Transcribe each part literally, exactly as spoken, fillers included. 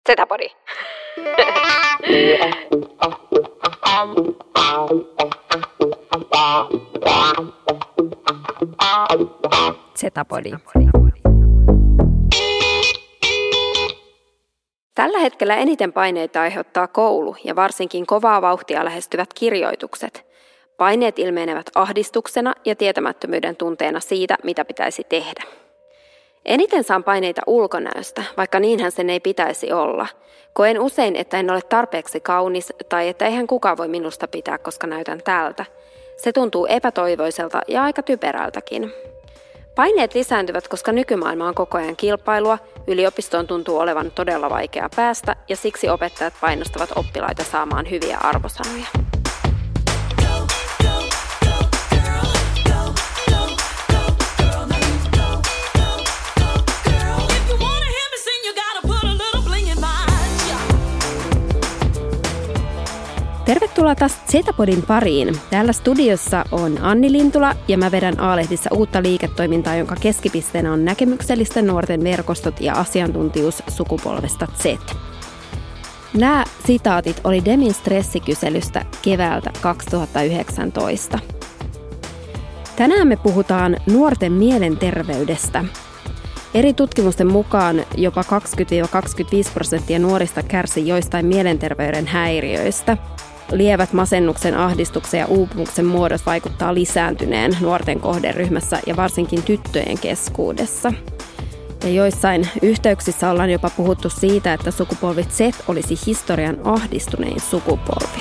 Zetapodi. Zetapodi. Tällä hetkellä eniten paineita aiheuttaa koulu ja varsinkin kovaa vauhtia lähestyvät kirjoitukset. Paineet ilmenevät ahdistuksena ja tietämättömyyden tunteena siitä, mitä pitäisi tehdä. Eniten saan paineita ulkonäöstä, vaikka niinhän sen ei pitäisi olla. Koen usein, että en ole tarpeeksi kaunis tai että eihän kukaan voi minusta pitää, koska näytän tältä. Se tuntuu epätoivoiselta ja aika typerältäkin. Paineet lisääntyvät, koska nykymaailma on koko ajan kilpailua, yliopistoon tuntuu olevan todella vaikea päästä ja siksi opettajat painostavat oppilaita saamaan hyviä arvosanoja. Tervetuloa taas Zetapodin pariin. Täällä studiossa on Anni Lintula ja mä vedän A-lehdissä uutta liiketoimintaa, jonka keskipisteenä on näkemyksellisten nuorten verkostot ja asiantuntijuus sukupolvesta Z. Nämä sitaatit oli Demin stressikyselystä keväältä kaksituhattayhdeksäntoista. Tänään me puhutaan nuorten mielenterveydestä. Eri tutkimusten mukaan jopa kaksikymmentä–kaksikymmentäviisi prosenttia nuorista kärsii joistain mielenterveyden häiriöistä. Lievät masennuksen, ahdistuksen ja uupumuksen muodot vaikuttaa lisääntyneen nuorten kohderyhmässä ja varsinkin tyttöjen keskuudessa. Ja joissain yhteyksissä ollaan jopa puhuttu siitä, että sukupolvi Z olisi historian ahdistunein sukupolvi.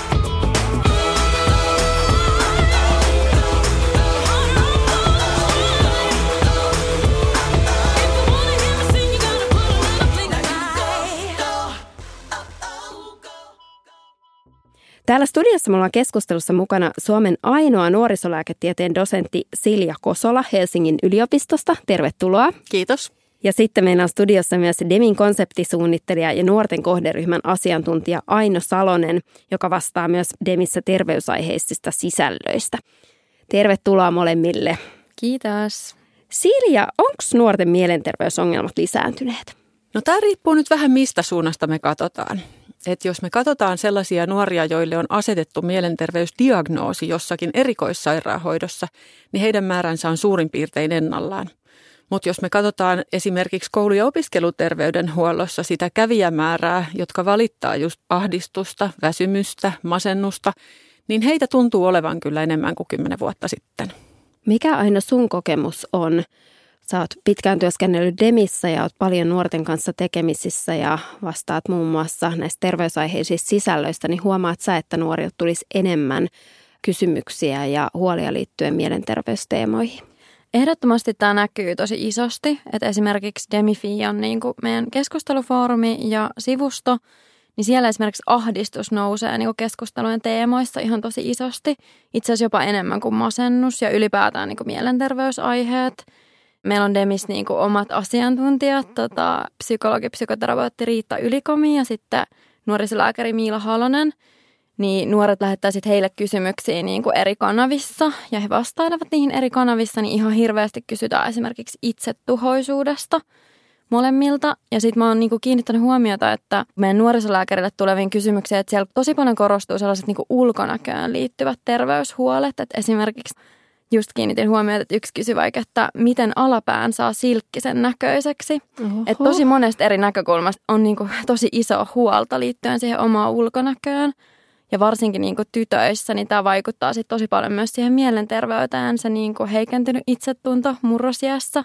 Täällä studiossa me ollaan keskustelussa mukana Suomen ainoa nuorisolääketieteen dosentti Silja Kosola Helsingin yliopistosta. Tervetuloa. Kiitos. Ja sitten meillä on studiossa myös Demin konseptisuunnittelija ja nuorten kohderyhmän asiantuntija Aino Salonen, joka vastaa myös Demissä terveysaiheisista sisällöistä. Tervetuloa molemmille. Kiitos. Silja, onko nuorten mielenterveysongelmat lisääntyneet? No tämä riippuu nyt vähän mistä suunnasta me katsotaan. Että jos me katsotaan sellaisia nuoria, joille on asetettu mielenterveysdiagnoosi jossakin erikoissairaanhoidossa, niin heidän määränsä on suurin piirtein ennallaan. Mutta jos me katsotaan esimerkiksi koulu- ja opiskeluterveydenhuollossa sitä kävijämäärää, jotka valittaa just ahdistusta, väsymystä, masennusta, niin heitä tuntuu olevan kyllä enemmän kuin kymmenen vuotta sitten. Mikä aina sun kokemus on? Sä oot pitkään työskennellyt Demissä ja oot paljon nuorten kanssa tekemisissä ja vastaat muun muassa näistä terveysaiheisista sisällöistä, niin huomaat sä, että nuorilta tulisi enemmän kysymyksiä ja huolia liittyen mielenterveysteemoihin? Ehdottomasti tämä näkyy tosi isosti, että esimerkiksi Demifi on niin kuin meidän keskustelufoorumi ja sivusto, niin siellä esimerkiksi ahdistus nousee niin kuin keskustelujen teemoissa ihan tosi isosti, itse asiassa jopa enemmän kuin masennus ja ylipäätään niin kuin mielenterveysaiheet. Meillä on Demissä niin kuin omat asiantuntijat, tota, psykologi, psykoterapeutti Riitta Ylikomi ja sitten nuorisolääkäri Miila Halonen. Niin nuoret lähettää sitten heille kysymyksiä niin kuin eri kanavissa ja he vastailevat niihin eri kanavissa, niin ihan hirveästi kysytään esimerkiksi itsetuhoisuudesta molemmilta. Ja sitten mä oon niin kuin kiinnittänyt huomiota, että meidän nuorisolääkärille tuleviin kysymyksiin, että siellä tosi paljon korostuu sellaiset niin kuin ulkonäköön liittyvät terveyshuolet, että esimerkiksi just kiinnitin huomiota, että yksi kysyi vaikka, että miten alapään saa silkkisen näköiseksi. Että tosi monesta eri näkökulmasta on niinku tosi iso huolta liittyen siihen omaan ulkonäköön. Ja varsinkin niinku tytöissä, niin tämä vaikuttaa sit tosi paljon myös siihen mielenterveyteen, se niinku heikentynyt itsetunto murrosiässä.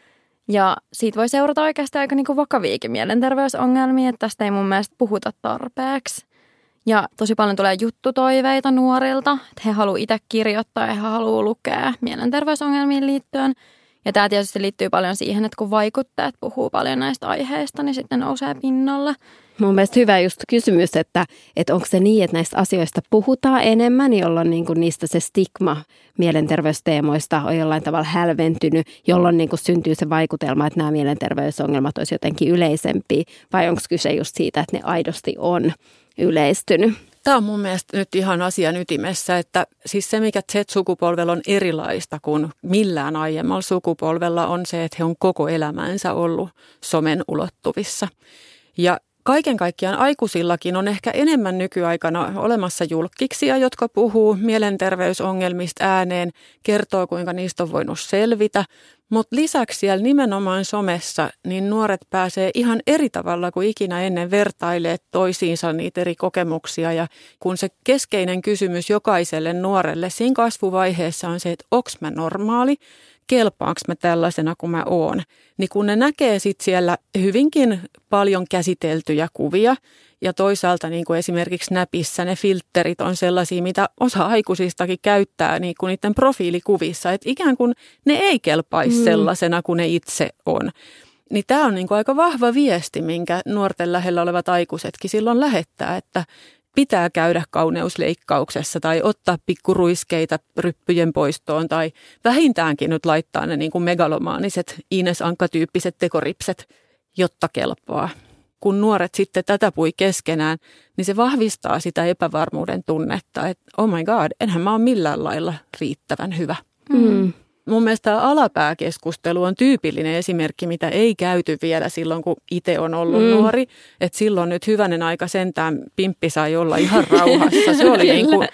Ja siitä voi seurata oikeasti aika niinku vakaviakin mielenterveysongelmia, että tästä ei mun mielestä puhuta tarpeeksi. Ja tosi paljon tulee juttutoiveita nuorilta, että he haluaa itse kirjoittaa ja he haluaa lukea mielenterveysongelmiin liittyen. Ja tämä tietysti liittyy paljon siihen, että kun vaikuttajat puhuu paljon näistä aiheista, niin sitten nousee pinnalle. Mun mielestä hyvä just kysymys, että, että onko se niin, että näistä asioista puhutaan enemmän, jolloin niin kuin niistä se stigma mielenterveysteemoista on jollain tavalla hälventynyt, jolloin niin kuin syntyy se vaikutelma, että nämä mielenterveysongelmat olisi jotenkin yleisempiä, vai onko kyse just siitä, että ne aidosti on yleistynyt? Tämä on mun mielestä nyt ihan asian ytimessä, että siis se, mikä Z-sukupolvella on erilaista kuin millään aiemmalla sukupolvella, on se, että he on koko elämänsä ollut somen ulottuvissa. Ja kaiken kaikkiaan aikuisillakin on ehkä enemmän nykyaikana olemassa julkkiksia, jotka puhuu mielenterveysongelmista ääneen, kertoo kuinka niistä on voinut selvitä. Mutta lisäksi siellä nimenomaan somessa niin nuoret pääsee ihan eri tavalla kuin ikinä ennen vertailemaan toisiinsa niitä eri kokemuksia. Ja kun se keskeinen kysymys jokaiselle nuorelle siinä kasvuvaiheessa on se, että onko mä normaali, kelpaanko mä tällaisena kuin mä oon, niin kun ne näkee sitten siellä hyvinkin paljon käsiteltyjä kuvia ja toisaalta niin kuin esimerkiksi Snapissa ne filterit on sellaisia, mitä osa aikuisistakin käyttää niin kuin niiden profiilikuvissa, että ikään kuin ne ei kelpaisi mm. sellaisena kuin ne itse on. Niin tämä on niin kuin aika vahva viesti, minkä nuorten lähellä olevat aikuisetkin silloin lähettää, että pitää käydä kauneusleikkauksessa tai ottaa pikkuruiskeita ryppyjen poistoon tai vähintäänkin nyt laittaa ne niin kuin megalomaaniset Ines Ankka-tyyppiset tekoripset, jotta kelpaa. Kun nuoret sitten tätä pui keskenään, niin se vahvistaa sitä epävarmuuden tunnetta, että oh my god, enhän mä ole millään lailla riittävän hyvä. Mm. Mun mielestä tämä alapääkeskustelu on tyypillinen esimerkki, mitä ei käyty vielä silloin, kun itse on ollut mm. nuori. Että silloin nyt hyvänen aika sentään pimppi sai olla ihan rauhassa. Se oli, niin kuin,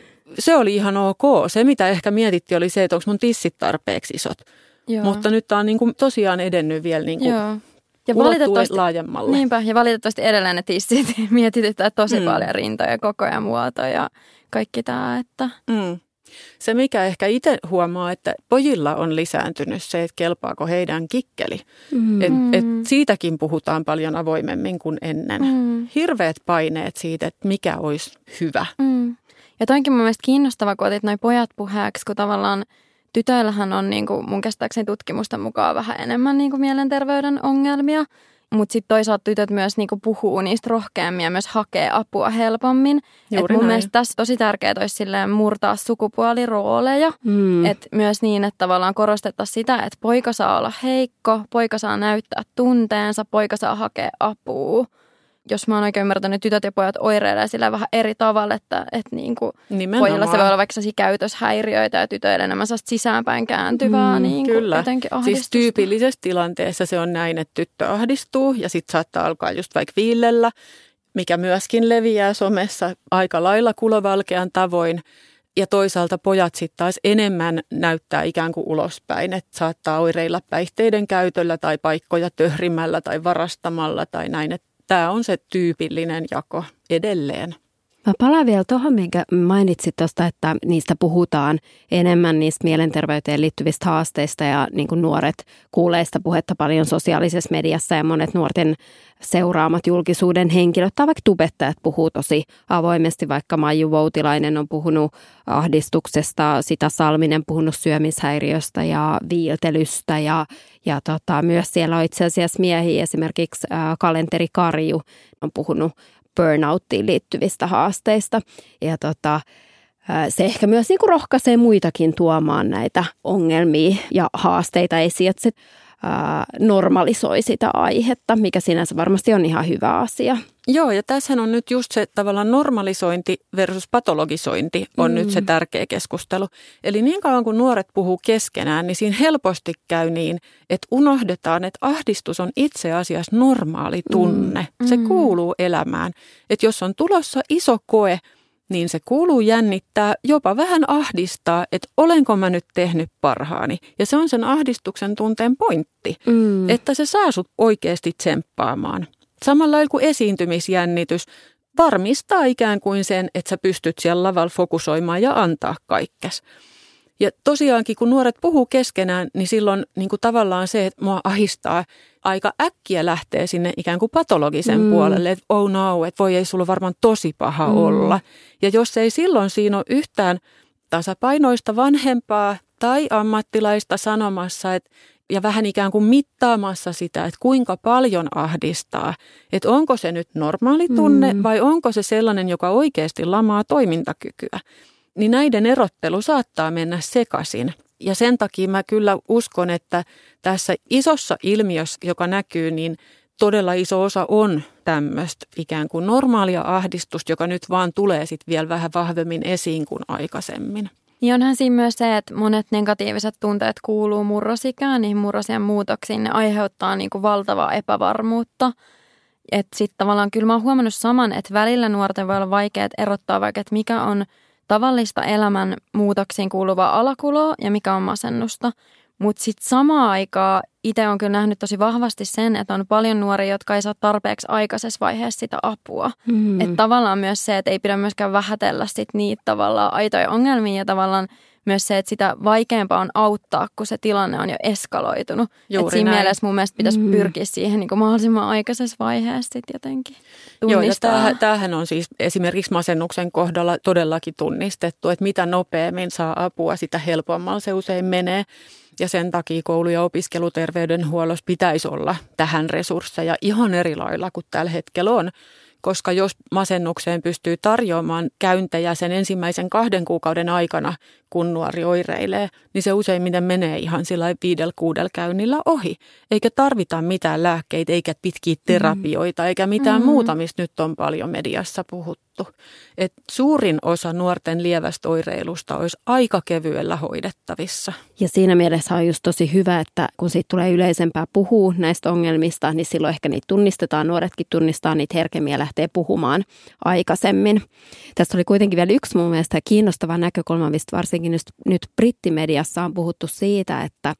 se oli ihan ok. Se, mitä ehkä mietittiin, oli se, että onko mun tissit tarpeeksi isot. Joo. Mutta nyt tämä on niin kuin tosiaan edennyt vielä niin kuin ja valitettavasti laajemmalle. Niinpä, ja valitettavasti edelleen ne tissit mietitytään tosi mm. paljon rintoja, koko ajan muotoja ja kaikki tämä, että... Mm. Se, mikä ehkä itse huomaa, että pojilla on lisääntynyt se, että kelpaako heidän kikkeli. Mm. Et, et siitäkin puhutaan paljon avoimemmin kuin ennen. Mm. Hirveät paineet siitä, että mikä olisi hyvä. Mm. Ja toinkin mun mielestä kiinnostava, kun otit noi pojat puheeksi, kun tavallaan tytöillähän on niin kuin mun käsittääkseni tutkimusten mukaan vähän enemmän niin kuin mielenterveyden ongelmia. Mutta sitten toisaalta tytöt myös niinku puhuu niistä rohkeammin ja myös hakee apua helpommin. Et mun mielestä tässä tosi tärkeää olisi silleen murtaa sukupuolirooleja. Mm. Et myös niin, että tavallaan korostettaisiin sitä, että poika saa olla heikko, poika saa näyttää tunteensa, poika saa hakea apua. Jos mä oon oikein ymmärtänyt, että tytöt ja pojat oireilee sillä vähän eri tavalla, että, että niinku pojilla se voi olla vaikka sellaisia käytöshäiriöitä ja tytöillä enemmän sellaista sisäänpäin kääntyvää mm, niinku jotenkin ahdistusta. Siis tyypillisessä tilanteessa se on näin, että tyttö ahdistuu ja sitten saattaa alkaa just vaikka viillellä, mikä myöskin leviää somessa aika lailla kulovalkean tavoin. Ja toisaalta pojat sitten taas enemmän näyttää ikään kuin ulospäin, että saattaa oireilla päihteiden käytöllä tai paikkoja töhrimällä tai varastamalla tai näin, että tämä on se tyypillinen jako edelleen. Mä palaan vielä tuohon, minkä mainitsit tuosta, että niistä puhutaan enemmän niistä mielenterveyteen liittyvistä haasteista ja niin kuin nuoret kuulee sitä puhetta paljon sosiaalisessa mediassa ja monet nuorten seuraamat julkisuuden henkilöt tai vaikka tubettajat puhuu tosi avoimesti, vaikka Maiju Voutilainen on puhunut ahdistuksesta, Sita Salminen puhunut syömishäiriöstä ja viiltelystä ja, ja tota, myös siellä on itse asiassa miehiä, esimerkiksi ää, Kalenteri Karju on puhunut burnouttiin liittyvistä haasteista ja tota, se ehkä myös niinku rohkaisee muitakin tuomaan näitä ongelmia ja haasteita esiin, että se ää, normalisoi sitä aihetta, mikä sinänsä varmasti on ihan hyvä asia. Joo, ja tässähän on nyt just se tavallaan normalisointi versus patologisointi on mm. nyt se tärkeä keskustelu. Eli niin kauan kun nuoret puhuu keskenään, niin siinä helposti käy niin, että unohdetaan, että ahdistus on itse asiassa normaali tunne. Mm. Se kuuluu elämään. Että jos on tulossa iso koe, niin se kuuluu jännittää, jopa vähän ahdistaa, että olenko mä nyt tehnyt parhaani. Ja se on sen ahdistuksen tunteen pointti, mm. että se saa sut oikeasti tsemppaamaan. Samalla lailla kuin esiintymisjännitys varmistaa ikään kuin sen, että sä pystyt siellä lavalla fokusoimaan ja antaa kaikkes. Ja tosiaankin, kun nuoret puhuu keskenään, niin silloin niin kuin tavallaan se, että mua ahistaa, aika äkkiä lähtee sinne ikään kuin patologisen mm. puolelle, että oh no, että voi ei sulla varmaan tosi paha mm. olla. Ja jos ei silloin siinä ole yhtään tasapainoista vanhempaa tai ammattilaista sanomassa, että ja vähän ikään kuin mittaamassa sitä, että kuinka paljon ahdistaa, että onko se nyt normaali tunne mm. vai onko se sellainen, joka oikeasti lamaa toimintakykyä. Niin näiden erottelu saattaa mennä sekaisin. Ja sen takia mä kyllä uskon, että tässä isossa ilmiössä, joka näkyy, niin todella iso osa on tämmöistä ikään kuin normaalia ahdistusta, joka nyt vaan tulee sitten vielä vähän vahvemmin esiin kuin aikaisemmin. Niin onhan siinä myös se, että monet negatiiviset tunteet kuuluu murrosikään, niihin murrosien muutoksiin, ne aiheuttaa niin kuin valtavaa epävarmuutta. Että sitten tavallaan kyllä mä oon huomannut saman, että välillä nuorten voi olla vaikea erottaa vaikka, että mikä on tavallista elämän muutoksiin kuuluvaa alakuloa ja mikä on masennusta. Mutta sitten samaan aikaan itse on kyllä nähnyt tosi vahvasti sen, että on paljon nuoria, jotka ei saa tarpeeksi aikaisessa vaiheessa sitä apua. Mm. Että tavallaan myös se, että ei pidä myöskään vähätellä sit niitä tavallaan aitoja ongelmia ja tavallaan myös se, että sitä vaikeampaa on auttaa, kun se tilanne on jo eskaloitunut. Että siinä näin. Mielessä mun mielestä pitäisi mm. pyrkiä siihen niin kuin mahdollisimman aikaisessa vaiheessa sit jotenkin tunnistaa. Joo, ja tämähän on siis esimerkiksi masennuksen kohdalla todellakin tunnistettu, että mitä nopeammin saa apua, sitä helpommalla se usein menee. Ja sen takia koulu- ja opiskeluterveydenhuollossa pitäisi olla tähän resursseja ihan eri lailla kuin tällä hetkellä on. Koska jos masennukseen pystyy tarjoamaan käyntejä sen ensimmäisen kahden kuukauden aikana, kun nuori oireilee, niin se useimmiten menee ihan sillä viidellä kuudella käynnillä ohi. Eikä tarvita mitään lääkkeitä, eikä pitkiä terapioita, eikä mitään mm. muuta, mistä nyt on paljon mediassa puhuttu. Et suurin osa nuorten lievästä oireilusta olisi aika kevyellä hoidettavissa. Ja siinä mielessä on just tosi hyvä, että kun siitä tulee yleisempää puhua näistä ongelmista, niin silloin ehkä niitä tunnistetaan, nuoretkin tunnistaa niitä herkemmin ja lähtee puhumaan aikaisemmin. Tässä oli kuitenkin vielä yksi mun mielestä kiinnostava näkökulma, mistä varsinkin nyt brittimediassa on puhuttu siitä, että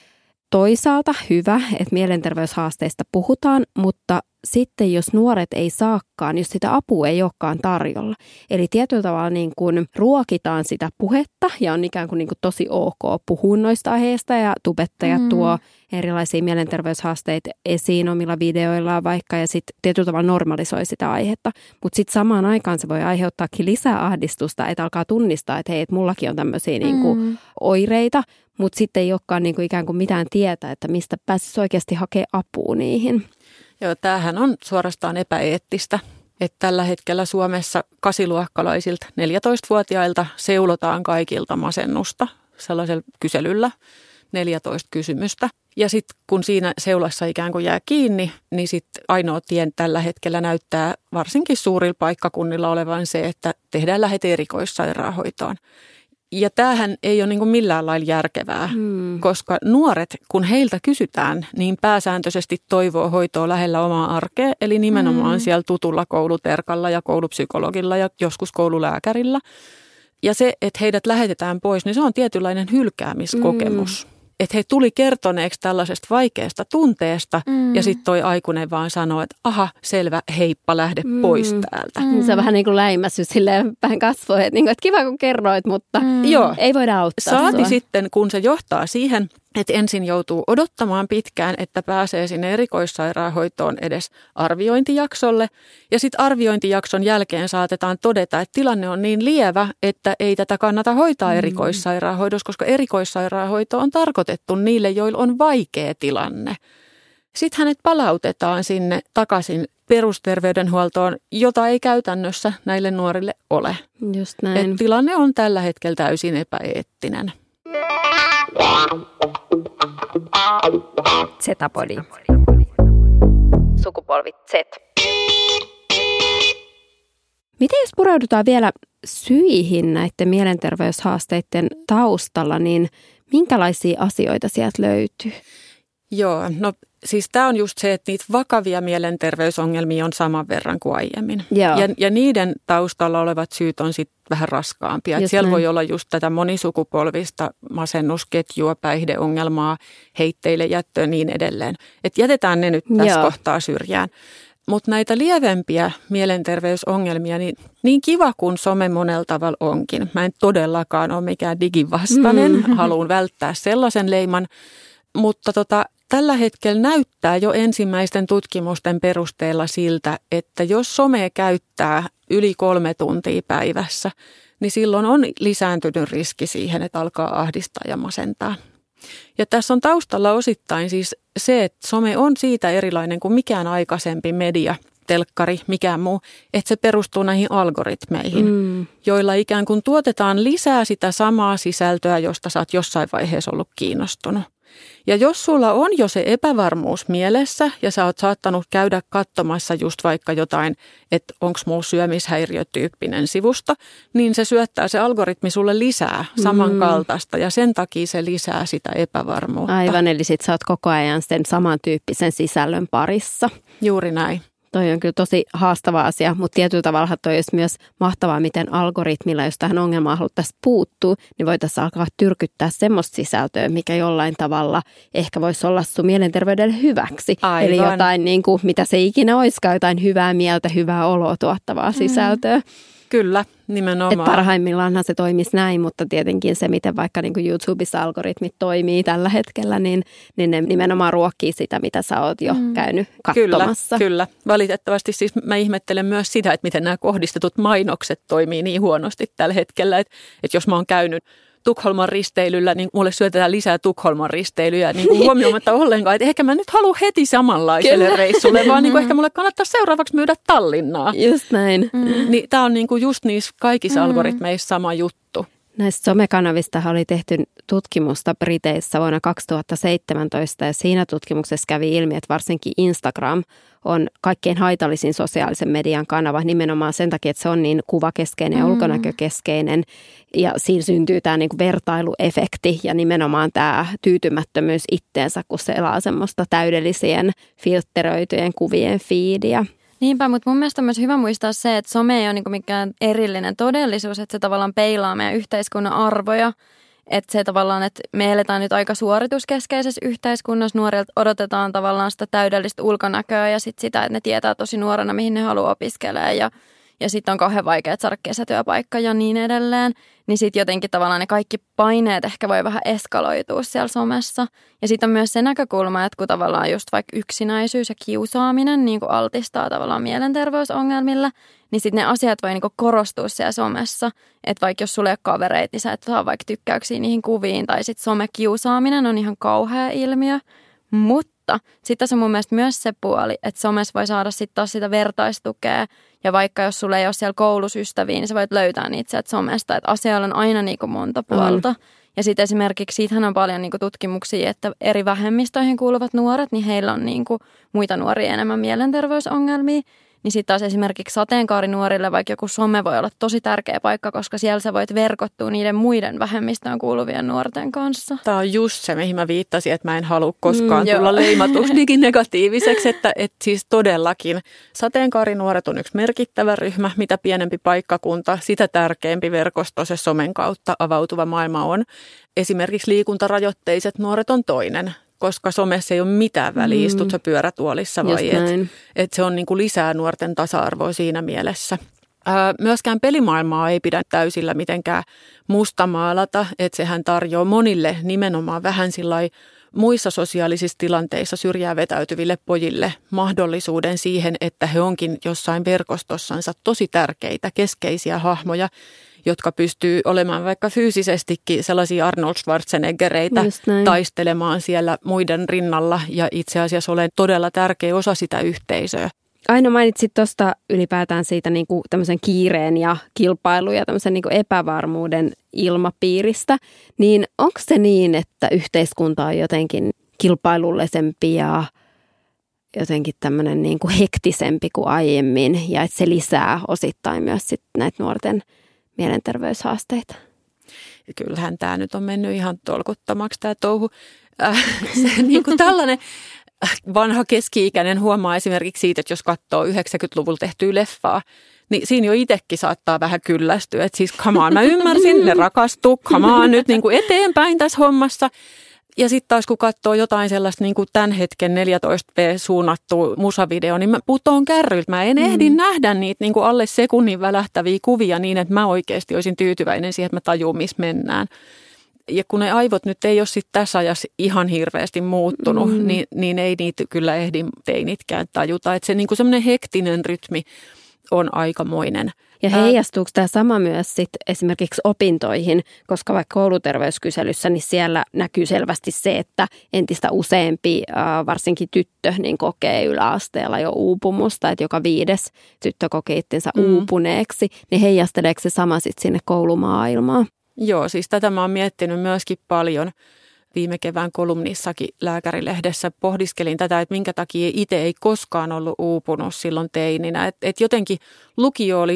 toisaalta hyvä, että mielenterveyshaasteista puhutaan, mutta sitten jos nuoret ei saakaan, jos sitä apua ei olekaan tarjolla. Eli tietyllä tavalla niin kuin ruokitaan sitä puhetta ja on ikään kuin, niin kuin tosi ok puhua noista aiheista ja tubettajat mm. tuo erilaisia mielenterveyshaasteita esiin omilla videoillaan vaikka ja sitten tietyllä tavalla normalisoi sitä aihetta. Mutta sitten samaan aikaan se voi aiheuttaakin lisää ahdistusta, että alkaa tunnistaa, että hei, että mullakin on tämmöisiä mm. niin kuin oireita, mutta sitten ei olekaan niin kuin ikään kuin mitään tietää, että mistä pääsisi oikeasti hakemaan apua niihin. Joo, tämähän on suorastaan epäeettistä, että tällä hetkellä Suomessa kasiluokkalaisilta neljätoistavuotiailta seulotaan kaikilta masennusta sellaisella kyselyllä, neljätoista kysymystä. Ja sitten kun siinä seulassa ikään kuin jää kiinni, niin sitten ainoa tien tällä hetkellä näyttää varsinkin suurilla paikkakunnilla olevan se, että tehdään lähete erikoissairaanhoitoon. Ja tämähän ei ole niin kuin millään lailla järkevää, hmm. koska nuoret, kun heiltä kysytään, niin pääsääntöisesti toivoo hoitoa lähellä omaa arkea, eli nimenomaan hmm. siellä tutulla kouluterkalla ja koulupsykologilla ja joskus koululääkärillä. Ja se, että heidät lähetetään pois, niin se on tietynlainen hylkäämiskokemus. Hmm. Että he tuli kertoneeksi tällaisesta vaikeasta tunteesta mm. ja sitten toi aikuinen vaan sanoo, että aha, selvä, heippa, lähde mm. pois täältä. Mm. Se on vähän niin kuin läimässyt silleen vähän kasvoin, että, niin kuin, että kiva kun kerroit, mutta mm. Joo. ei voida auttaa Saati sua. Sitten, kun se johtaa siihen, että ensin joutuu odottamaan pitkään, että pääsee sinne erikoissairaanhoitoon edes arviointijaksolle. Ja sitten arviointijakson jälkeen saatetaan todeta, että tilanne on niin lievä, että ei tätä kannata hoitaa erikoissairaanhoidossa, koska erikoissairaanhoito on tarkoitettu niille, joilla on vaikea tilanne. Sitten hänet palautetaan sinne takaisin perusterveydenhuoltoon, jota ei käytännössä näille nuorille ole. Just näin. Et tilanne on tällä hetkellä täysin epäeettinen. Z-podi. Sukupolvi Z. Miten jos pureudutaan vielä syihin näiden mielenterveyshaasteiden taustalla, niin minkälaisia asioita sieltä löytyy? Joo, no siis tämä on just se, että niitä vakavia mielenterveysongelmia on saman verran kuin aiemmin. Ja, ja niiden taustalla olevat syyt on sitten vähän raskaampia. Että siellä näin. Voi olla just tätä monisukupolvista masennusketjua, päihdeongelmaa, heitteille jättöä ja niin edelleen. Että jätetään ne nyt tässä Joo. kohtaa syrjään. Mutta näitä lievempiä mielenterveysongelmia, niin, niin kiva kuin some monella tavalla onkin. Mä en todellakaan ole mikään digivastainen, mm-hmm. haluan välttää sellaisen leiman, mutta tota, tällä hetkellä näyttää jo ensimmäisten tutkimusten perusteella siltä, että jos somea käyttää yli kolme tuntia päivässä, niin silloin on lisääntynyt riski siihen, että alkaa ahdistaa ja masentaa. Ja tässä on taustalla osittain siis se, että some on siitä erilainen kuin mikään aikaisempi media, telkkari, mikään muu, että se perustuu näihin algoritmeihin, mm. joilla ikään kuin tuotetaan lisää sitä samaa sisältöä, josta sä oot jossain vaiheessa ollut kiinnostunut. Ja jos sulla on jo se epävarmuus mielessä ja sä oot saattanut käydä katsomassa just vaikka jotain, että onko mulla syömishäiriötyyppinen sivusto, niin se syöttää se algoritmi sulle lisää samankaltaista ja sen takia se lisää sitä epävarmuutta. Aivan, eli sit sä oot koko ajan sen samantyyppisen sisällön parissa. Juuri näin. Toi on kyllä tosi haastava asia, mutta tietyllä tavalla toi olisi myös mahtavaa, miten algoritmilla, jos tähän ongelmaan haluttaisiin puuttua, niin voitaisiin alkaa tyrkyttää semmoista sisältöä, mikä jollain tavalla ehkä voisi olla sun mielenterveydelle hyväksi. Aivan. Eli jotain, niin kuin, mitä se ikinä olisikaan, jotain hyvää mieltä, hyvää oloa tuottavaa sisältöä. Mm. Kyllä, nimenomaan. Et parhaimmillaanhan se toimisi näin, mutta tietenkin se, miten vaikka niin kuin YouTubessa algoritmit toimii tällä hetkellä, niin, niin ne nimenomaan ruokkii sitä, mitä sä oot jo mm. käynyt katsomassa. Kyllä, kyllä. Valitettavasti siis mä ihmettelen myös sitä, että miten nämä kohdistetut mainokset toimii niin huonosti tällä hetkellä, että, että jos mä oon käynyt Tukholman risteilyllä, niin mulle syötetään lisää Tukholman risteilyjä niin kuin huomioimatta ollenkaan, että ehkä mä nyt haluan heti samanlaiselle Kyllä. reissulle, vaan niin kuin ehkä mulle kannattaa seuraavaksi myydä Tallinnaa. Just näin. Mm. Niin, tää on niin kuin just niissä kaikissa mm. algoritmeissa sama juttu. Näistä somekanavistahan oli tehty tutkimusta Briteissä vuonna kaksituhattaseitsemäntoista ja siinä tutkimuksessa kävi ilmi, että varsinkin Instagram on kaikkein haitallisin sosiaalisen median kanava nimenomaan sen takia, että se on niin kuvakeskeinen ja mm. ulkonäkökeskeinen ja siinä syntyy tämä niin kuin vertailuefekti ja nimenomaan tämä tyytymättömyys itteensä, kun se elää semmoista täydellisien filtteröityjen kuvien feedia. Niinpä, mutta mun mielestä on myös hyvä muistaa se, että some ei ole niinku mikään erillinen todellisuus, että se tavallaan peilaa meidän yhteiskunnan arvoja. Että se tavallaan, että me eletään nyt aika suorituskeskeisessä yhteiskunnassa, nuorilta odotetaan tavallaan sitä täydellistä ulkonäköä ja sit sitä, että ne tietää tosi nuorena, mihin ne haluaa opiskelemaan ja, ja sitten on kauhean vaikea saada kesätyöpaikka ja niin edelleen. Niin sitten jotenkin tavallaan ne kaikki paineet ehkä voi vähän eskaloitua siellä somessa. Ja sitten on myös se näkökulma, että kun tavallaan just vaikka yksinäisyys ja kiusaaminen niin kuin altistaa tavallaan mielenterveysongelmilla, niin sitten ne asiat voi niin kuin korostua siellä somessa. Että vaikka jos sulla ei ole kavereita, niin sä et saa vaikka tykkäyksiä niihin kuviin. Tai sitten somekiusaaminen on ihan kauhea ilmiö. Mutta sitten tässä on mun mielestä myös se puoli, että somessa voi saada sitten taas sitä vertaistukea. Ja vaikka jos sulla ei ole siellä koulussa ystäviä, niin sä voit löytää niitä sieltä somesta. Että asioilla on aina niin kuin monta puolta. Mm. Ja sitten esimerkiksi siitähän on paljon niin kuin tutkimuksia, että eri vähemmistöihin kuuluvat nuoret, niin heillä on niin kuin muita nuoria enemmän mielenterveysongelmia. Niin sitten taas esimerkiksi sateenkaarinuorille vaikka joku some voi olla tosi tärkeä paikka, koska siellä sä voit verkottua niiden muiden vähemmistöön kuuluvien nuorten kanssa. Tämä on just se, mihin mä viittasin, että mä en halua koskaan mm, tulla leimatuksi diginegatiiviseksi, että, että siis todellakin sateenkaarinuoret on yksi merkittävä ryhmä, mitä pienempi paikkakunta, sitä tärkeämpi verkosto se somen kautta avautuva maailma on. Esimerkiksi liikuntarajoitteiset nuoret on toinen. Koska somessa ei ole mitään väliä, istut sä pyörätuolissa vai et. Et se on niinku lisää nuorten tasa-arvoa siinä mielessä. Ää, myöskään pelimaailmaa ei pidä täysillä mitenkään mustamaalata, että sehän tarjoaa monille nimenomaan vähän sillai muissa sosiaalisissa tilanteissa syrjään vetäytyville pojille mahdollisuuden siihen, että he onkin jossain verkostossansa tosi tärkeitä, keskeisiä hahmoja, jotka pystyy olemaan vaikka fyysisestikin sellaisia Arnold Schwarzeneggereitä taistelemaan siellä muiden rinnalla ja itse asiassa olen todella tärkeä osa sitä yhteisöä. Aino mainitsit tuosta ylipäätään siitä niin kuin tämmöisen kiireen ja kilpailun ja tämmöisen niin kuin epävarmuuden ilmapiiristä, niin onko se niin, että yhteiskunta on jotenkin kilpailullisempi ja jotenkin tämmöinen niin kuin hektisempi kuin aiemmin ja että se lisää osittain myös sit näitä nuorten mielenterveyshaasteita? Kyllähän tämä nyt on mennyt ihan tolkuttomaksi tämä touhu. Äh, se, niin kuin tällainen vanha keski-ikäinen huomaa esimerkiksi siitä, että jos katsoo yhdeksänkymmentäluvulla tehtyä leffaa, niin siinä jo itsekin saattaa vähän kyllästyä. Että siis come on, mä ymmärsin, ne rakastuu, come on, nyt niin kuin eteenpäin tässä hommassa. Ja sitten taas kun katsoo jotain sellaista niin kuin tämän hetken neljätoista p-suunnattua musavideo, niin mä putoon kärryltä. Mä en ehdi mm. nähdä niitä niin kuin alle sekunnin välähtäviä kuvia niin, että mä oikeasti olisin tyytyväinen siihen, että mä tajun, missä mennään. Ja kun ne aivot nyt ei ole sitten tässä ajassa ihan hirveästi muuttunut, mm. niin, niin ei niitä kyllä ehdi teinitkään tajuta. Että se niin kuin semmoinen hektinen rytmi on aikamoinen. Ja heijastuuko tämä sama myös sit esimerkiksi opintoihin, koska vaikka kouluterveyskyselyssä, niin siellä näkyy selvästi se, että entistä useampi, varsinkin tyttö, niin kokee yläasteella jo uupumusta, että joka viides tyttö kokee itsensä mm. uupuneeksi, niin heijasteleeko se sama sitten sinne koulumaailmaan? Joo, siis tätä mä oon miettinyt myöskin paljon. Viime kevään kolumnissakin Lääkärilehdessä pohdiskelin tätä, että minkä takia itse ei koskaan ollut uupunut silloin teininä. Että et jotenkin lukio oli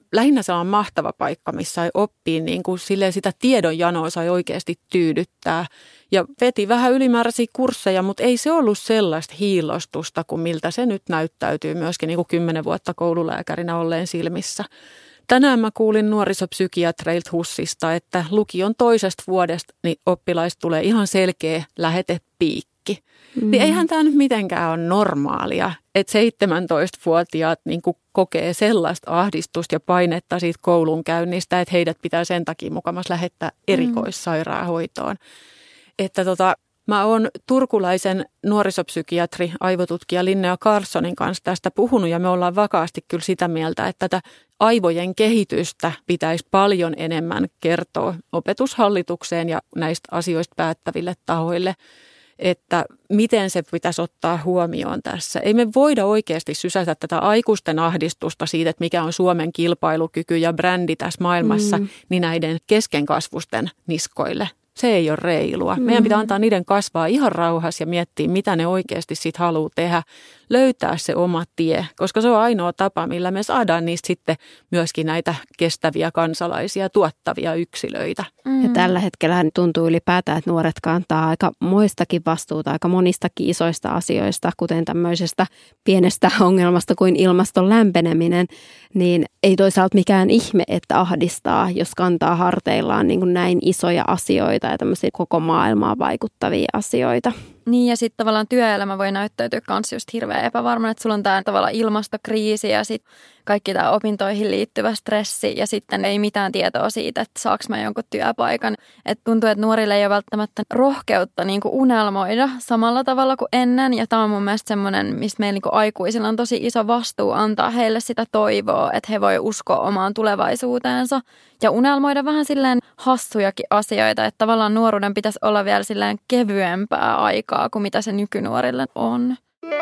lähinnä sellainen mahtava paikka, missä sai oppia niin kuin silleen sitä tiedonjanoa sai oikeasti tyydyttää. Ja veti vähän ylimääräisiä kursseja, mutta ei se ollut sellaista hiillostusta kuin miltä se nyt näyttäytyy myöskin niin kuin kymmenen vuotta koululääkärinä olleen silmissä. Tänään mä kuulin nuorisopsykiatreilta HUSista, että lukion toisesta vuodesta niin oppilaista tulee ihan selkeä lähetepiikki. Mm. Niin eihän tämä nyt mitenkään ole normaalia, että seitsemäntoistavuotiaat niin kuin kokee sellaista ahdistusta ja painetta siitä koulunkäynnistä, että heidät pitää sen takia mukamas lähettää erikoissairaanhoitoon. Mm. Että tota, mä oon turkulaisen nuorisopsykiatri, aivotutkija Linnea Carlsonin kanssa tästä puhunut ja me ollaan vakaasti kyllä sitä mieltä, että tätä aivojen kehitystä pitäisi paljon enemmän kertoa opetushallitukseen ja näistä asioista päättäville tahoille, että miten se pitäisi ottaa huomioon tässä. Ei me voida oikeasti sysätä tätä aikuisten ahdistusta siitä, että mikä on Suomen kilpailukyky ja brändi tässä maailmassa, mm. niin näiden keskenkasvusten niskoille. Se ei ole reilua. Meidän pitää antaa niiden kasvaa ihan rauhassa ja miettiä, mitä ne oikeasti sitten haluaa tehdä. Löytää se oma tie, koska se on ainoa tapa, millä me saadaan niistä sitten myöskin näitä kestäviä kansalaisia, tuottavia yksilöitä. Mm. Ja tällä hetkellä tuntuu ylipäätään, että nuoret kantaa aika moistakin vastuuta, aika monistakin isoista asioista, kuten tämmöisestä pienestä ongelmasta kuin ilmaston lämpeneminen, niin ei toisaalta mikään ihme, että ahdistaa, jos kantaa harteillaan niin kuin näin isoja asioita ja tämmöisiä koko maailmaan vaikuttavia asioita. Niin ja sitten tavallaan työelämä voi näyttäytyä kans just hirveän epävarman, että sulla on tämä tavallaan ilmastokriisi ja sitten kaikki tämä opintoihin liittyvä stressi ja sitten ei mitään tietoa siitä, että saaks mä jonkun työpaikan. Että tuntuu, että nuorille ei ole välttämättä rohkeutta niin kuin unelmoida samalla tavalla kuin ennen ja tämä on mun mielestä semmoinen, mistä meillä niin kuin aikuisilla on tosi iso vastuu antaa heille sitä toivoa, että he voi uskoa omaan tulevaisuuteensa ja unelmoida vähän silleen hassujakin asioita, että tavallaan nuoruuden pitäisi olla vielä silleen kevyempää aikaa kuin mitä se nykynuorille on.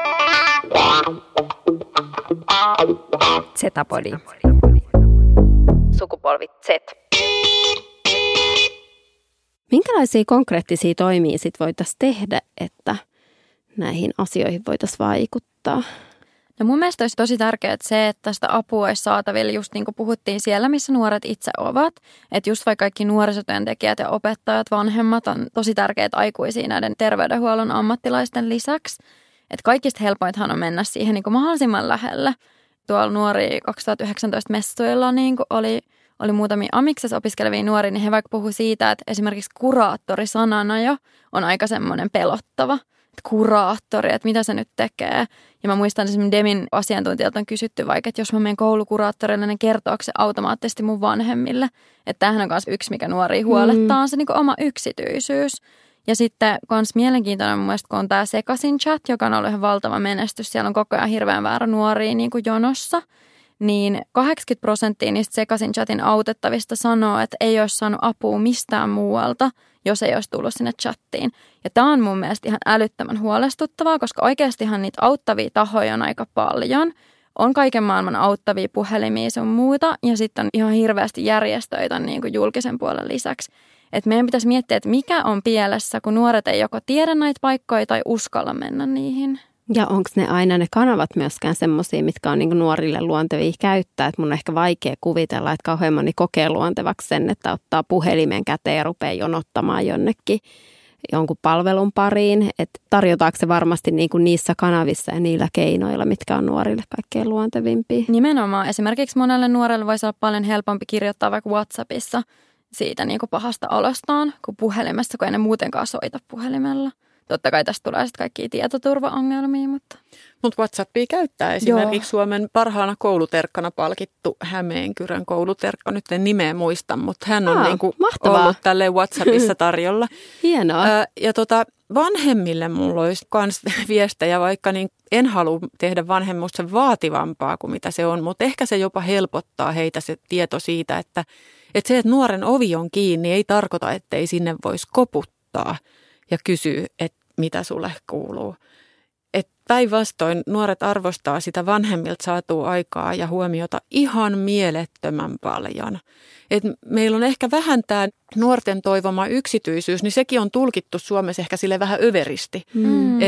Z-podi. Sukupolvi Z. Minkälaisia konkreettisia toimia sit voitaisiin tehdä, että näihin asioihin voitaisiin vaikuttaa? No mun mielestä olisi tosi tärkeää se, että sitä apua olisi saatavilla just niin kuin puhuttiin siellä, missä nuoret itse ovat. Että just vaikka kaikki nuorisotyöntekijät ja opettajat, vanhemmat on tosi tärkeitä aikuisia näiden terveydenhuollon ammattilaisten lisäksi. Että kaikista helpointahan on mennä siihen niin kuin mahdollisimman lähelle. Tuolla nuori kaksituhattayhdeksäntoista messuilla niin kuin oli, oli muutamia amiksessa opiskelevia nuoria, niin he vaikka puhui siitä, että esimerkiksi kuraattori sanana jo on aika semmoinen pelottava. Että kuraattori, että mitä se nyt tekee. Ja mä muistan esimerkiksi Demin asiantuntijalta on kysytty vaikka, että jos mä menen koulukuraattorille, niin kertooko se automaattisesti mun vanhemmille. Että tämähän on myös yksi, mikä nuoria huolettaa, on se niin kuin oma yksityisyys. Ja sitten myös mielenkiintoinen mun mielestä, kun on tämä Sekaisin chat, joka on ollut ihan valtava menestys. Siellä on koko ajan hirveän väärä nuoria niin kuin jonossa. Niin kahdeksankymmentä prosenttia niistä Sekaisin chatin autettavista sanoo, että ei olisi saanut apua mistään muualta, jos ei olisi tullut sinne chattiin. Ja tämä on mun mielestä ihan älyttömän huolestuttavaa, koska oikeastihan niitä auttavia tahoja on aika paljon. On kaiken maailman auttavia puhelimia sun muuta ja sitten on ihan hirveästi järjestöitä niin kuin julkisen puolen lisäksi. Et meidän pitäisi miettiä, että mikä on pielessä, kun nuoret ei joko tiedä näitä paikkoja tai uskalla mennä niihin. Ja onko ne aina ne kanavat myöskään semmoisia, mitkä on niinku nuorille luontevia käyttää? Et mun on ehkä vaikea kuvitella, että kauhean moni kokee luontevaksi sen, että ottaa puhelimen käteen ja rupeaa jonottamaan jonnekin jonkun palvelun pariin. Että tarjotaanko se varmasti niinku niissä kanavissa ja niillä keinoilla, mitkä on nuorille kaikkein luontevimpia? Nimenomaan. Esimerkiksi monelle nuorelle voisi olla paljon helpompi kirjoittaa vaikka WhatsAppissa siitä niinku pahasta olostaan kuin puhelimessa, kun ei ne muutenkaan soita puhelimella. Totta kai tästä tulee sitten kaikkia tietoturvaongelmia, mutta... Mutta WhatsAppia käyttää esimerkiksi Joo. Suomen parhaana kouluterkkana palkittu Hämeenkyrön kouluterkka. Nyt en nimeä muista, mutta hän on Aa, niinku ollut tälleen WhatsAppissa tarjolla. Hienoa. Ää, ja tota, vanhemmille mulla olisi myös viestejä, vaikka niin en halua tehdä vanhemmusta vaativampaa kuin mitä se on, mutta ehkä se jopa helpottaa heitä se tieto siitä, että, että se, että nuoren ovi on kiinni, ei tarkoita, ettei sinne voisi koputtaa ja kysyy, että mitä sulle kuuluu. Että päinvastoin nuoret arvostaa sitä vanhemmilta saatua aikaa ja huomiota ihan mielettömän paljon. Et meillä on ehkä vähän tämä nuorten toivoma yksityisyys, niin sekin on tulkittu Suomessa ehkä sille vähän överisti. Mm. Että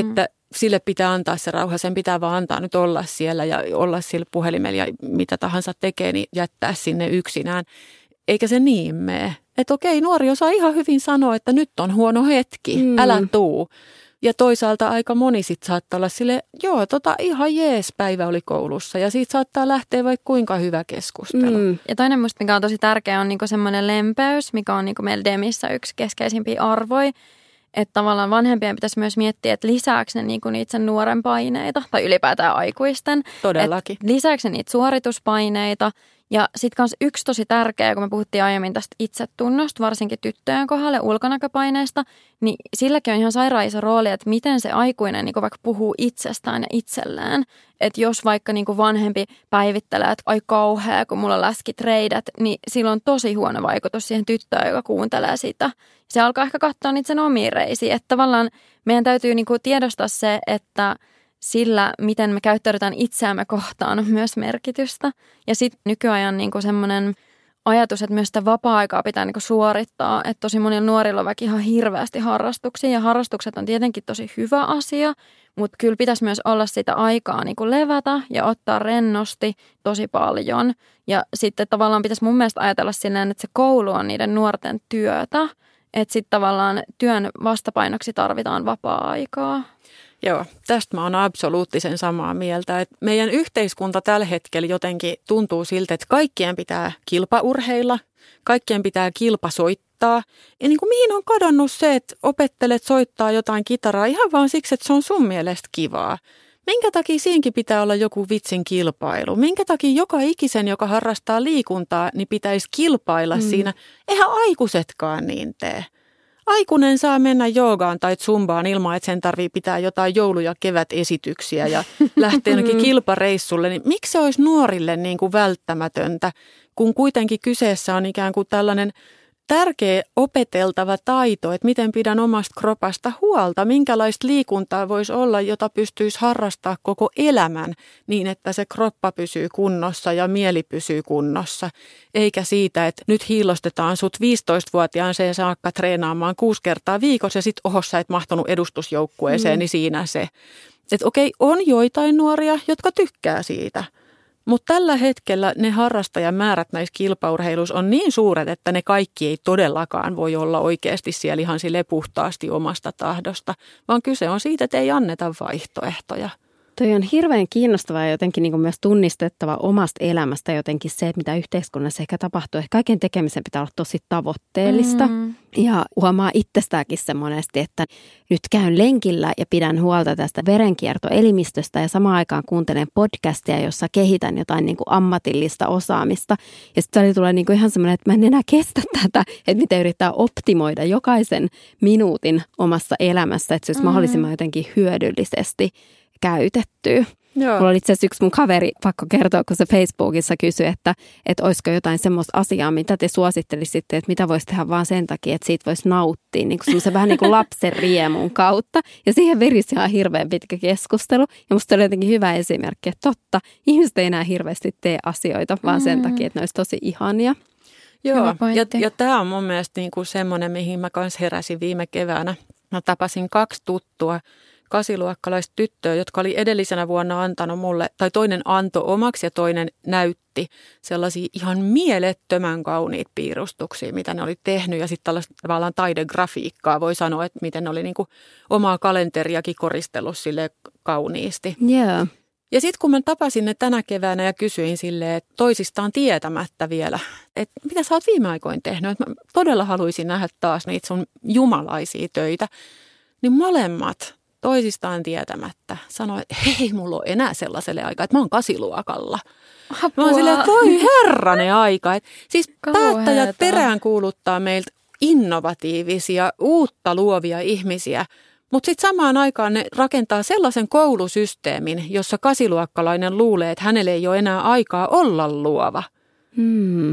sille pitää antaa se rauha, sen pitää vaan antaa nyt olla siellä ja olla sillä puhelimella ja mitä tahansa tekee, niin jättää sinne yksinään. Eikä se niin mene. Että okei, nuori osaa ihan hyvin sanoa, että nyt on huono hetki, mm. älä tuu. Ja toisaalta aika moni sit saattaa olla sille, joo, tota ihan jees päivä oli koulussa ja siitä saattaa lähteä vaikka kuinka hyvä keskustelu. Mm. Ja toinen musta, mikä on tosi tärkeä, on niinku semmoinen lempeys, mikä on niinku meillä Demissä yksi keskeisimpiä arvoja. Että tavallaan vanhempien pitäisi myös miettiä, että lisääkö ne niinku niitä sen nuoren paineita tai ylipäätään aikuisten. Todellakin. Et lisääkö ne niitä suorituspaineita. Ja sitten myös yksi tosi tärkeä, kun me puhuttiin aiemmin tästä itsetunnosta, varsinkin tyttöjen kohdalla ulkonäköpaineista, niin silläkin on ihan sairaan iso rooli, että miten se aikuinen niin vaikka puhuu itsestään ja itselleen. Että jos vaikka niin vanhempi päivittelee, että ai kauhea, kun mulla on läskit reidät, niin sillä on tosi huono vaikutus siihen tyttöön, joka kuuntelee sitä. Se alkaa ehkä katsoa niitä sen omiin reisiin. Että tavallaan meidän täytyy niin tiedostaa se, että sillä, miten me käyttäydytään itseämme kohtaan, on myös merkitystä. Ja sitten nykyajan niin semmoinen ajatus, että myös sitä vapaa-aikaa pitää niin suorittaa. Että tosi monilla nuorilla on vaikka ihan hirveästi harrastuksia. Ja harrastukset on tietenkin tosi hyvä asia, mutta kyllä pitäisi myös olla sitä aikaa niin levätä ja ottaa rennosti tosi paljon. Ja sitten tavallaan pitäisi mun mielestä ajatella silleen, että se koulu on niiden nuorten työtä. Että sitten tavallaan työn vastapainoksi tarvitaan vapaa-aikaa. Joo, tästä mä oon absoluuttisen samaa mieltä, että meidän yhteiskunta tällä hetkellä jotenkin tuntuu siltä, että kaikkien pitää kilpaurheilla, kaikkien pitää kilpasoittaa. Ja niin kuin mihin on kadonnut se, että opettelet soittaa jotain kitaraa ihan vaan siksi, että se on sun mielestä kivaa. Minkä takia siinkin pitää olla joku vitsin kilpailu? Minkä takia joka ikisen, joka harrastaa liikuntaa, niin pitäisi kilpailla mm. siinä? Eihän aikuisetkaan niin tee. Aikuinen saa mennä joogaan tai zumbaan ilman, että sen tarvii pitää jotain joulu- ja kevätesityksiä ja lähteä jonnekin kilpareissulle. Niin miksi se olisi nuorille niin kuin välttämätöntä, kun kuitenkin kyseessä on ikään kuin tällainen tärkeä opeteltava taito, että miten pidän omasta kropasta huolta, minkälaista liikuntaa voisi olla, jota pystyisi harrastaa koko elämän niin, että se kroppa pysyy kunnossa ja mieli pysyy kunnossa. Eikä siitä, että nyt hiilostetaan sut viisitoistavuotiaaseen saakka treenaamaan kuusi kertaa viikossa ja sit oho, sä et mahtunut edustusjoukkueeseen, mm. niin siinä se. Että okei, on joitain nuoria, jotka tykkää siitä. Mutta tällä hetkellä ne harrastajamäärät näissä kilpaurheiluissa on niin suuret, että ne kaikki ei todellakaan voi olla oikeasti siellä ihan sille puhtaasti omasta tahdosta, vaan kyse on siitä, että ei anneta vaihtoehtoja. Toi on hirveän kiinnostavaa ja jotenkin niin kuin myös tunnistettava omasta elämästä jotenkin se, että mitä yhteiskunnassa ehkä tapahtuu. Ehkä kaiken tekemisen pitää olla tosi tavoitteellista mm. ja huomaa itsestäänkin se monesti, että nyt käyn lenkillä ja pidän huolta tästä verenkiertoelimistöstä ja samaan aikaan kuuntelen podcastia, jossa kehitän jotain niin kuin ammatillista osaamista. Ja sitten välillä tulee niin kuin ihan semmoinen, että mä en enää kestä tätä, että miten yrittää optimoida jokaisen minuutin omassa elämässä, että se olisi mm. mahdollisimman jotenkin hyödyllisesti käytettyä. Joo. Mulla oli itse asiassa yksi mun kaveri, pakko kertoa, kun se Facebookissa kysyi, että, että olisiko jotain semmoista asiaa, mitä te suosittelisitte, että mitä voisi tehdä vaan sen takia, että siitä voisi nauttia niin kuin semmoisen vähän niin kuin lapsen riemun kautta. Ja siihen virisi ihan hirveän pitkä keskustelu. Ja musta oli jotenkin hyvä esimerkki, että totta, ihmiset ei enää hirveästi tee asioita, vaan sen takia, että ne olisi tosi ihania. Joo, ja, ja tämä on mun mielestä niin kuin semmoinen, mihin mä kanssa heräsin viime keväänä. Mä tapasin kaksi tuttua kasiluokkalaista tyttöä, jotka oli edellisenä vuonna antanut mulle, tai toinen antoi omaksi ja toinen näytti sellaisia ihan mielettömän kauniita piirustuksia, mitä ne oli tehnyt. Ja sitten tällaista tavallaan taidegrafiikkaa voi sanoa, että miten ne oli niin kuin omaa kalenteriakin koristellut sille kauniisti. Yeah. Ja sitten kun mä tapasin ne tänä keväänä ja kysyin silleen, että toisistaan tietämättä vielä, että mitä sä oot viime aikoina tehnyt, että mä todella haluaisin nähdä taas niitä sun jumalaisia töitä, niin molemmat toisistaan tietämättä sanoi, että hei, mulla on enää sellaiselle aikaa, että mä oon kasiluokalla. Apua. Mä oon silleen, että voi herranen aika. Et siis kauheeta. Päättäjät peräänkuuluttaa meiltä innovatiivisia, uutta luovia ihmisiä, mutta sitten samaan aikaan ne rakentaa sellaisen koulusysteemin, jossa kasiluokkalainen luulee, että hänelle ei ole enää aikaa olla luova. Hmm.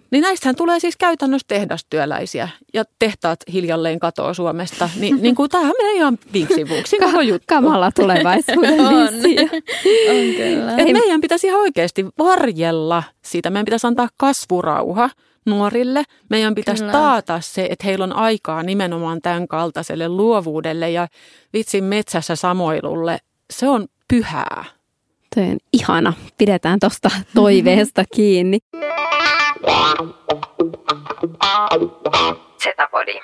Niin näistähän tulee siis käytännössä tehdastyöläisiä ja tehtaat hiljalleen katoaa Suomesta. Ni, niin kuin tämähän menee ihan vinksivuuksi koko juttu. Kamala tulevaisuuden on. visio. On kyllä. Et meidän pitäisi ihan oikeasti varjella sitä. Meidän pitäisi antaa kasvurauha nuorille. Meidän pitäisi Kyllä. taata se, että heillä on aikaa nimenomaan tämän kaltaiselle luovuudelle ja vitsin metsässä samoilulle. Se on pyhää. Toi on ihana. Pidetään tuosta toiveesta kiinni. Zetapodi.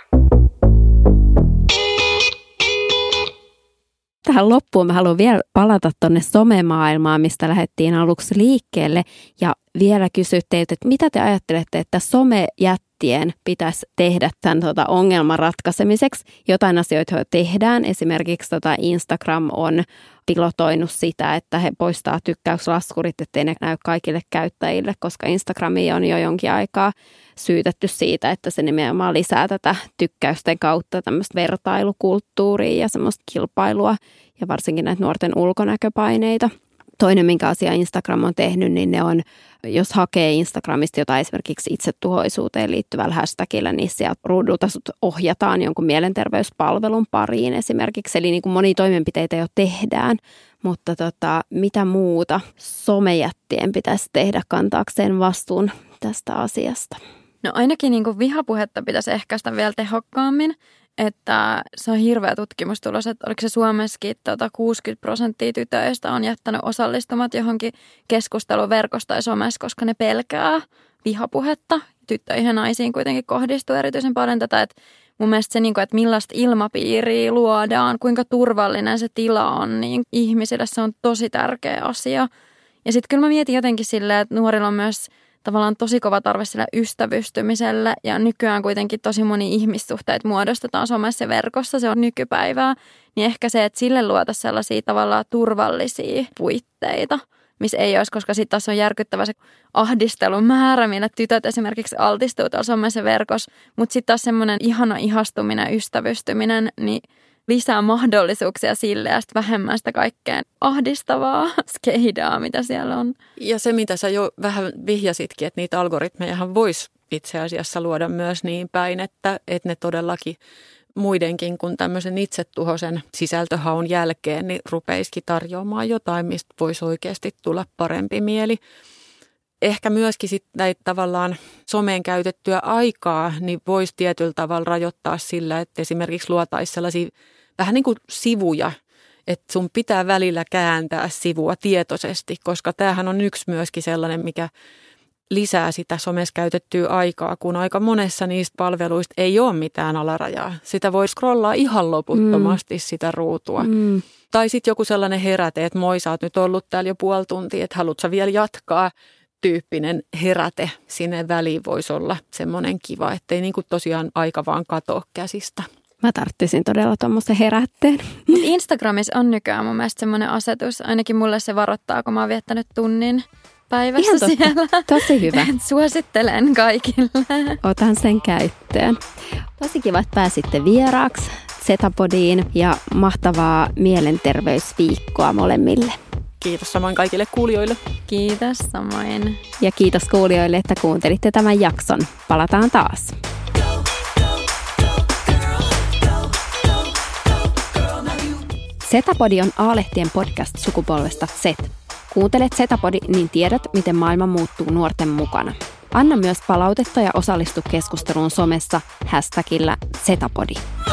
Tähän loppuun mä haluan vielä palata tuonne somemaailmaan, mistä lähdettiin aluksi liikkeelle ja vielä kysyä teiltä, että mitä te ajattelette, että somejättien pitäisi tehdä tämän tota, ongelman ratkaisemiseksi. Jotain asioita jo tehdään, esimerkiksi tota Instagram on pilotoinut sitä, että he poistaa tykkäyslaskurit, ettei ne näy kaikille käyttäjille, koska Instagramia on jo jonkin aikaa syytetty siitä, että se nimenomaan lisää tätä tykkäysten kautta tämmöistä vertailukulttuuria ja semmoista kilpailua ja varsinkin näitä nuorten ulkonäköpaineita. Toinen, minkä asia Instagram on tehnyt, niin ne on, jos hakee Instagramista jotain esimerkiksi itsetuhoisuuteen liittyvällä hashtagillä, niin sieltä ruudulta sut ohjataan jonkun mielenterveyspalvelun pariin esimerkiksi. Eli niin kuin monia toimenpiteitä jo tehdään, mutta tota, mitä muuta somejättien pitäisi tehdä kantaakseen vastuun tästä asiasta? No ainakin niin kuin vihapuhetta pitäisi ehkäistä vielä tehokkaammin. Että se on hirveä tutkimustulos, että oliko se Suomessakin tota kuusikymmentä prosenttia tytöistä on jättänyt osallistumat johonkin keskusteluverkosta tai somessa, koska ne pelkää vihapuhetta. Tyttöihin ja naisiin kuitenkin kohdistuu erityisen paljon tätä, että mun mielestä se, että millaista ilmapiiriä luodaan, kuinka turvallinen se tila on, niin ihmisille se on tosi tärkeä asia. Ja sitten kyllä mä mietin jotenkin silleen, että nuorilla on myös tavallaan tosi kova tarve sillä ystävystymiselle ja nykyään kuitenkin tosi moni ihmissuhteet muodostetaan somessa ja verkossa, se on nykypäivää, niin ehkä se, että sille luota sellaisia tavallaan turvallisia puitteita, missä ei olisi, koska sitten taas on järkyttävä se ahdistelun määrä, millä tytöt esimerkiksi altistuu tuolla somessa ja verkossa, mutta sitten taas semmoinen ihana ihastuminen, ystävystyminen, niin lisää mahdollisuuksia sille ja sitten vähemmän sitä kaikkea ahdistavaa skeidaa, mitä siellä on. Ja se, mitä sä jo vähän vihjasitkin, että niitä algoritmejahan voisi itse asiassa luoda myös niin päin, että, että ne todellakin muidenkin kuin tämmöisen itsetuhoisen sisältöhaun jälkeen niin rupeisikin tarjoamaan jotain, mistä voisi oikeasti tulla parempi mieli. Ehkä myöskin sitten näitä tavallaan someen käytettyä aikaa, niin voisi tietyllä tavalla rajoittaa sillä, että esimerkiksi luotaisiin sellaisia vähän niin kuin sivuja, että sun pitää välillä kääntää sivua tietoisesti, koska tämähän on yksi myöskin sellainen, mikä lisää sitä somessa käytettyä aikaa, kun aika monessa niistä palveluista ei ole mitään alarajaa. Sitä voi scrollaa ihan loputtomasti mm. sitä ruutua. Mm. Tai sitten joku sellainen heräte, että moi, sä oot nyt ollut täällä jo puoli tuntia, että haluatko sä vielä jatkaa? Tyyppinen heräte sinne väliin voisi olla semmoinen kiva, ettei niin kuin tosiaan aika vaan katoa käsistä. Mä tarttisin todella tuommoisen herätteen. Instagramissa on nykyään mun mielestä semmoinen asetus, ainakin mulle se varoittaa, kun mä oon viettänyt tunnin päivässä ihan totta. Siellä. Tosi hyvä. Suosittelen kaikille. Otan sen käyttöön. Tosi kiva, että pääsitte vieraaksi Zetapodiin ja mahtavaa mielenterveysviikkoa molemmille. Kiitos samoin kaikille kuulijoille. Kiitos samoin. Ja kiitos kuulijoille, että kuuntelitte tämän jakson. Palataan taas. Zetapodi on A-lehtien podcast sukupolvesta Z. Kuuntelet Zetapodi, niin tiedät, miten maailma muuttuu nuorten mukana. Anna myös palautetta ja osallistu keskusteluun somessa hashtagillä Zetapodi.